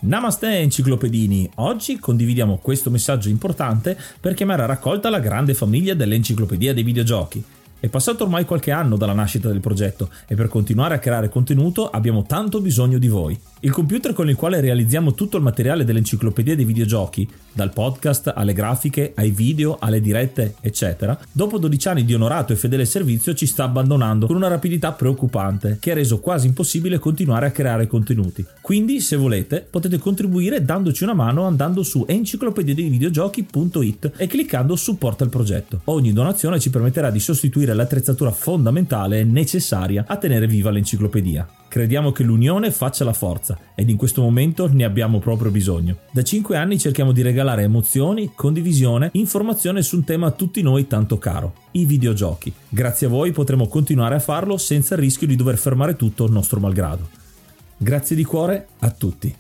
Namaste enciclopedini, oggi condividiamo questo messaggio importante per chiamare a raccolta la grande famiglia dell'enciclopedia dei videogiochi. È passato ormai qualche anno dalla nascita del progetto e per continuare a creare contenuto abbiamo tanto bisogno di voi. Il computer con il quale realizziamo tutto il materiale dell'enciclopedia dei videogiochi, dal podcast alle grafiche, ai video, alle dirette, eccetera, dopo 12 anni di onorato e fedele servizio ci sta abbandonando con una rapidità preoccupante che ha reso quasi impossibile continuare a creare contenuti. Quindi, se volete, potete contribuire dandoci una mano andando su enciclopediadeivideogiochi.it e cliccando supporta il progetto. Ogni donazione ci permetterà di sostituire l'attrezzatura fondamentale e necessaria a tenere viva l'enciclopedia. Crediamo che l'unione faccia la forza ed in questo momento ne abbiamo proprio bisogno. Da 5 anni cerchiamo di regalare emozioni, condivisione, informazione su un tema a tutti noi tanto caro, i videogiochi. Grazie a voi potremo continuare a farlo senza il rischio di dover fermare tutto nostro malgrado. Grazie di cuore a tutti.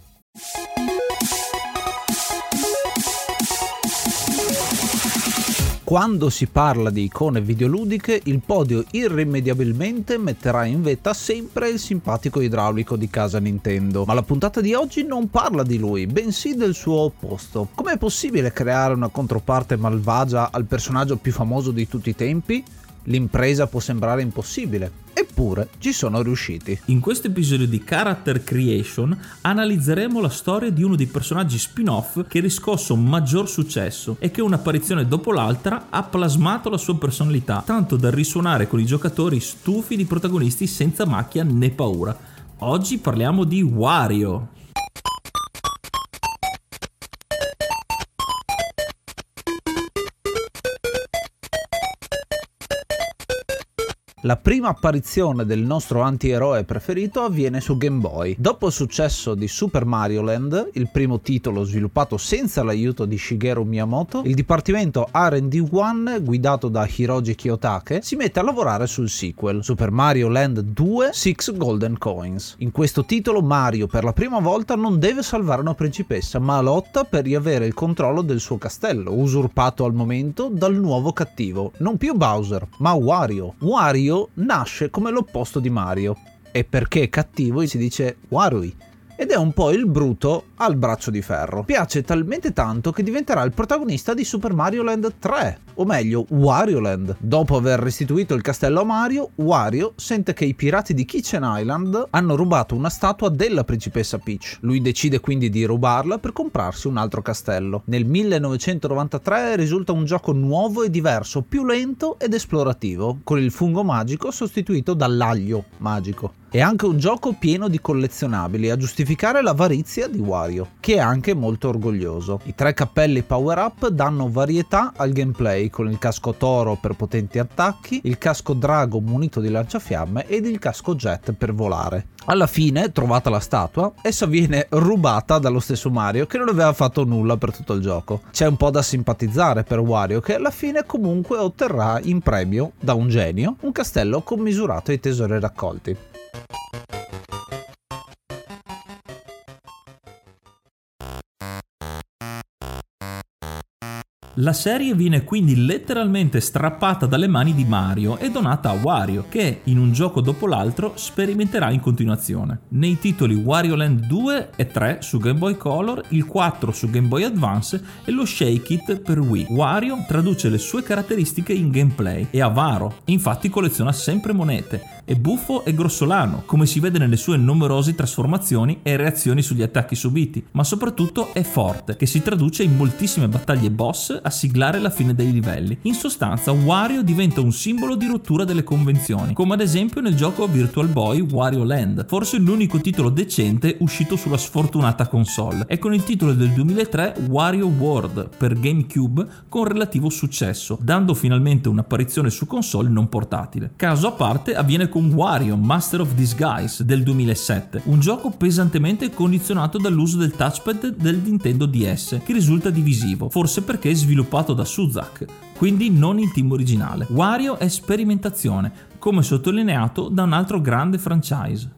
Quando si parla di icone videoludiche, il podio irrimediabilmente metterà in vetta sempre il simpatico idraulico di casa Nintendo. Ma la puntata di oggi non parla di lui, bensì del suo opposto. Com'è possibile creare una controparte malvagia al personaggio più famoso di tutti i tempi? L'impresa può sembrare impossibile, eppure ci sono riusciti. In questo episodio di Character Creation analizzeremo la storia di uno dei personaggi spin-off che ha riscosso maggior successo e che un'apparizione dopo l'altra ha plasmato la sua personalità, tanto da risuonare con i giocatori stufi di protagonisti senza macchia né paura. Oggi parliamo di Wario. La prima apparizione del nostro antieroe preferito avviene su Game Boy. Dopo il successo di Super Mario Land, il primo titolo sviluppato senza l'aiuto di Shigeru Miyamoto, il dipartimento R&D 1, guidato da Hiroji Kiyotake, si mette a lavorare sul sequel, Super Mario Land 2 Six Golden Coins. In questo titolo Mario per la prima volta non deve salvare una principessa, ma lotta per riavere il controllo del suo castello, usurpato al momento dal nuovo cattivo, non più Bowser, ma Wario. Wario nasce come l'opposto di Mario e perché è cattivo si dice Warui ed è un po' il bruto al braccio di ferro. Piace talmente tanto che diventerà il protagonista di Super Mario Land 3, o meglio Wario Land. Dopo aver restituito il castello a Mario, Wario sente che i pirati di Kitchen Island hanno rubato una statua della principessa Peach. Lui decide quindi di rubarla per comprarsi un altro castello. Nel 1993 risulta un gioco nuovo e diverso, più lento ed esplorativo, con il fungo magico sostituito dall'aglio magico. È anche un gioco pieno di collezionabili a giustificare l'avarizia di Wario, che è anche molto orgoglioso. I 3 cappelli power-up danno varietà al gameplay, con il casco toro per potenti attacchi, il casco drago munito di lanciafiamme ed il casco jet per volare. Alla fine, trovata la statua, essa viene rubata dallo stesso Mario che non aveva fatto nulla per tutto il gioco. C'è un po' da simpatizzare per Wario che alla fine comunque otterrà in premio, da un genio, un castello commisurato ai tesori raccolti. La serie viene quindi letteralmente strappata dalle mani di Mario e donata a Wario, che in un gioco dopo l'altro sperimenterà in continuazione. Nei titoli Wario Land 2 e 3 su Game Boy Color, il 4 su Game Boy Advance e lo Shake It per Wii. Wario traduce le sue caratteristiche in gameplay, è avaro e infatti colleziona sempre monete. È buffo e grossolano, come si vede nelle sue numerose trasformazioni e reazioni sugli attacchi subiti, ma soprattutto è forte, che si traduce in moltissime battaglie boss a siglare la fine dei livelli. In sostanza, Wario diventa un simbolo di rottura delle convenzioni, come ad esempio nel gioco Virtual Boy Wario Land, forse l'unico titolo decente uscito sulla sfortunata console, e con il titolo del 2003 Wario World per GameCube con relativo successo, dando finalmente un'apparizione su console non portatile. Caso a parte avviene con Wario Master of Disguise del 2007, un gioco pesantemente condizionato dall'uso del touchpad del Nintendo DS, che risulta divisivo, forse perché è sviluppato da Suzak, quindi non il team originale. Wario è sperimentazione, come sottolineato da un altro grande franchise.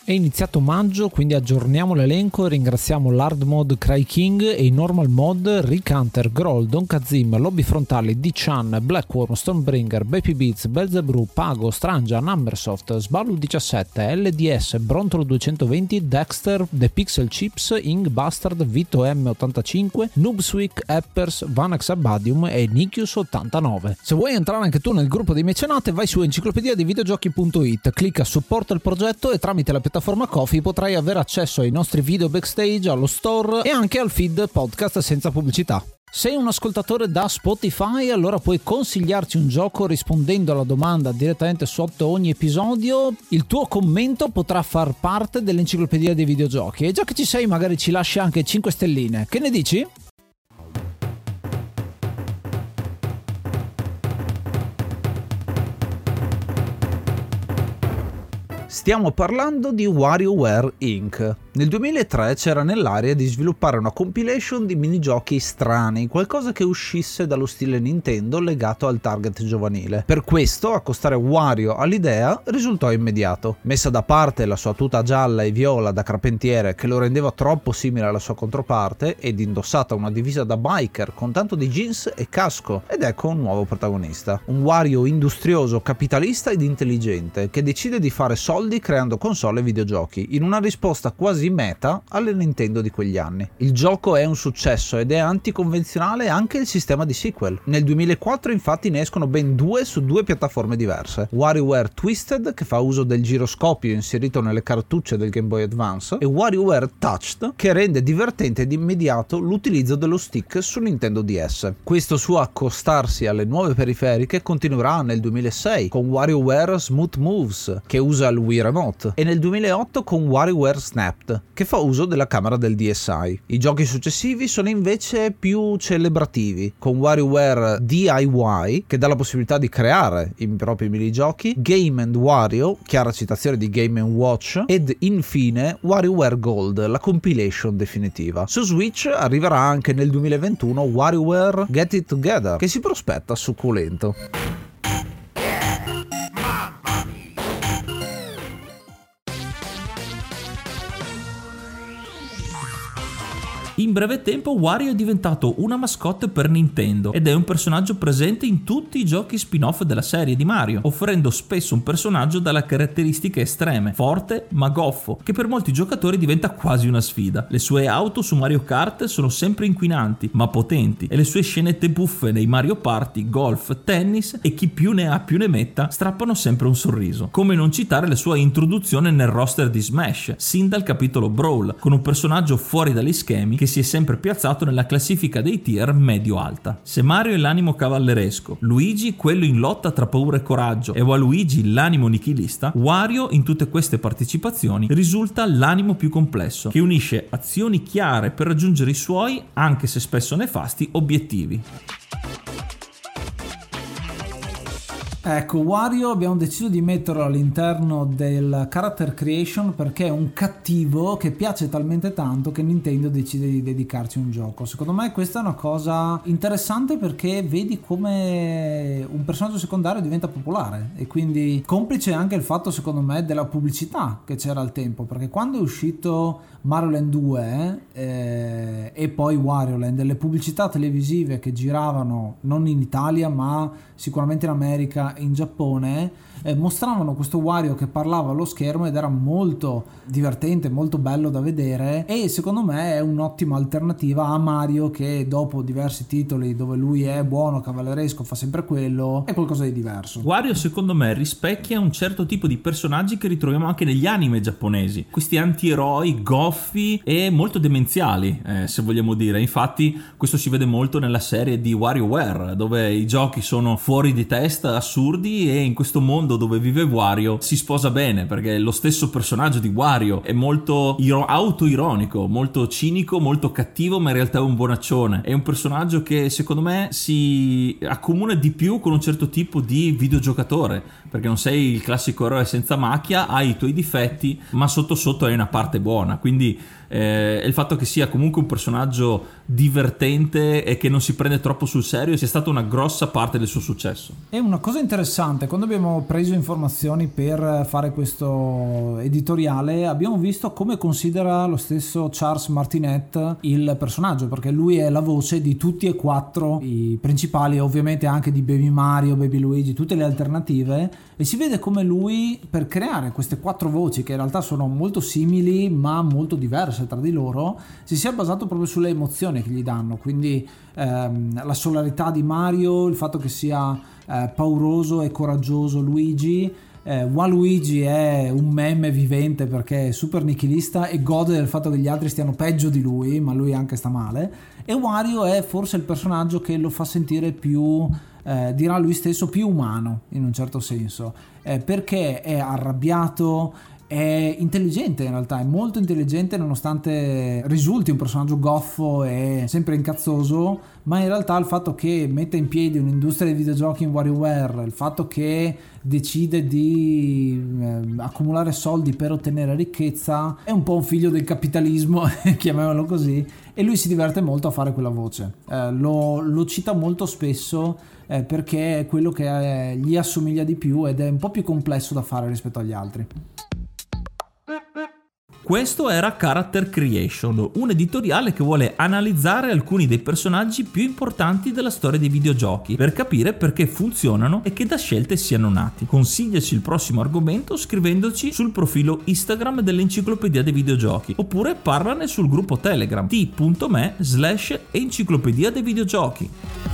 È iniziato maggio, quindi aggiorniamo l'elenco e ringraziamo l'Hard Mod Cry King e i Normal Mod Rick Hunter, Groll, Don Kazim, Lobby Frontali, D-Chan, Blackworm, Stormbringer, Baby Beats, Belzebrew, Pago, Strangia, Numbersoft, Sbalu 17, LDS, Brontolo 220, Dexter, The Pixel Chips, Ing Bastard, Vito M85, Noobswick, Eppers, Vanex Abadium e Nikius 89. Se vuoi entrare anche tu nel gruppo dei mecenate, vai su enciclopedia di videogiochi.it, clicca supporta il progetto e tramite la piattaforma Ko-fi potrai avere accesso ai nostri video backstage, allo store e anche al feed podcast senza pubblicità. Sei un ascoltatore da Spotify, allora puoi consigliarci un gioco rispondendo alla domanda direttamente sotto ogni episodio. Il tuo commento potrà far parte dell'enciclopedia dei videogiochi e già che ci sei magari ci lasci anche 5 stelline. Che ne dici? Stiamo parlando di WarioWare Inc. Nel 2003 c'era nell'area di sviluppare una compilation di minigiochi strani, qualcosa che uscisse dallo stile Nintendo legato al target giovanile. Per questo accostare Wario all'idea risultò immediato. Messa da parte la sua tuta gialla e viola da carpentiere che lo rendeva troppo simile alla sua controparte ed indossata una divisa da biker con tanto di jeans e casco, ed ecco un nuovo protagonista. Un Wario industrioso, capitalista ed intelligente che decide di fare soldi creando console e videogiochi, in una risposta quasi meta alle Nintendo di quegli anni. Il gioco è un successo ed è anticonvenzionale anche il sistema di sequel. Nel 2004 infatti ne escono ben 2 su 2 piattaforme diverse: WarioWare Twisted, che fa uso del giroscopio inserito nelle cartucce del Game Boy Advance, e WarioWare Touched, che rende divertente ed immediato l'utilizzo dello stick su Nintendo DS. Questo suo accostarsi alle nuove periferiche continuerà nel 2006 con WarioWare Smooth Moves, che usa il Wii Remote, e nel 2008 con WarioWare Snapped, che fa uso della camera del DSi. I giochi successivi sono invece più celebrativi, con WarioWare DIY, che dà la possibilità di creare i propri minigiochi, Game & Wario, chiara citazione di Game & Watch, ed infine WarioWare Gold, la compilation definitiva. Su Switch arriverà anche nel 2021 WarioWare Get It Together, che si prospetta succulento. In breve tempo Wario è diventato una mascotte per Nintendo ed è un personaggio presente in tutti i giochi spin-off della serie di Mario, offrendo spesso un personaggio dalle caratteristiche estreme, forte ma goffo, che per molti giocatori diventa quasi una sfida. Le sue auto su Mario Kart sono sempre inquinanti ma potenti, e le sue scenette buffe nei Mario Party, golf, tennis e chi più ne ha più ne metta strappano sempre un sorriso. Come non citare la sua introduzione nel roster di Smash, sin dal capitolo Brawl, con un personaggio fuori dagli schemi che si è sempre piazzato nella classifica dei tier medio-alta. Se Mario è l'animo cavalleresco, Luigi quello in lotta tra paura e coraggio e Waluigi l'animo nichilista, Wario in tutte queste partecipazioni risulta l'animo più complesso, che unisce azioni chiare per raggiungere i suoi, anche se spesso nefasti, obiettivi. Ecco, Wario abbiamo deciso di metterlo all'interno del character creation perché è un cattivo che piace talmente tanto che Nintendo decide di dedicarci un gioco. Secondo me questa è una cosa interessante perché vedi come un personaggio secondario diventa popolare, e quindi complice anche il fatto, secondo me, della pubblicità che c'era al tempo, perché quando è uscito Mario Land 2 e poi Wario Land, le pubblicità televisive che giravano non in Italia ma sicuramente in America, in Giappone, mostravano questo Wario che parlava allo schermo ed era molto divertente, molto bello da vedere, e secondo me è un'ottima alternativa a Mario, che dopo diversi titoli dove lui è buono, cavalleresco, fa sempre quello, è qualcosa di diverso. Wario secondo me rispecchia un certo tipo di personaggi che ritroviamo anche negli anime giapponesi, questi antieroi goffi e molto demenziali, se vogliamo dire. Infatti questo si vede molto nella serie di WarioWare, dove i giochi sono fuori di testa, assurdi, e in questo mondo dove vive Wario si sposa bene, perché lo stesso personaggio di Wario è molto autoironico, molto cinico, molto cattivo, ma in realtà è un buonaccione. È un personaggio che secondo me si accomuna di più con un certo tipo di videogiocatore, perché non sei il classico eroe senza macchia, hai i tuoi difetti ma sotto sotto hai una parte buona, quindi il fatto che sia comunque un personaggio divertente e che non si prende troppo sul serio sia stata una grossa parte del suo successo. E una cosa interessante, quando abbiamo preso preso informazioni per fare questo editoriale, abbiamo visto come considera lo stesso Charles Martinet il personaggio, perché lui è la voce di tutti e 4 i principali, ovviamente anche di Baby Mario, Baby Luigi, tutte le alternative, e si vede come lui, per creare queste 4 voci che in realtà sono molto simili ma molto diverse tra di loro, si sia basato proprio sulle emozioni che gli danno, quindi la solarità di Mario, il fatto che sia pauroso e coraggioso Luigi. Waluigi è un meme vivente perché è super nichilista e gode del fatto che gli altri stiano peggio di lui, ma lui anche sta male. E Wario è forse il personaggio che lo fa sentire più, dirà lui stesso, più umano in un certo senso, perché è arrabbiato, è intelligente, in realtà è molto intelligente nonostante risulti un personaggio goffo e sempre incazzoso, ma in realtà il fatto che mette in piedi un'industria dei videogiochi in WarioWare, il fatto che decide di accumulare soldi per ottenere ricchezza, è un po' un figlio del capitalismo, chiamiamolo così, e lui si diverte molto a fare quella voce. Lo cita molto spesso perché è quello che gli assomiglia di più ed è un po' più complesso da fare rispetto agli altri. Questo era Character Creation, un editoriale che vuole analizzare alcuni dei personaggi più importanti della storia dei videogiochi per capire perché funzionano e che da scelte siano nati. Consigliaci il prossimo argomento scrivendoci sul profilo Instagram dell'Enciclopedia dei Videogiochi oppure parlane sul gruppo Telegram t.me/Enciclopedia dei Videogiochi.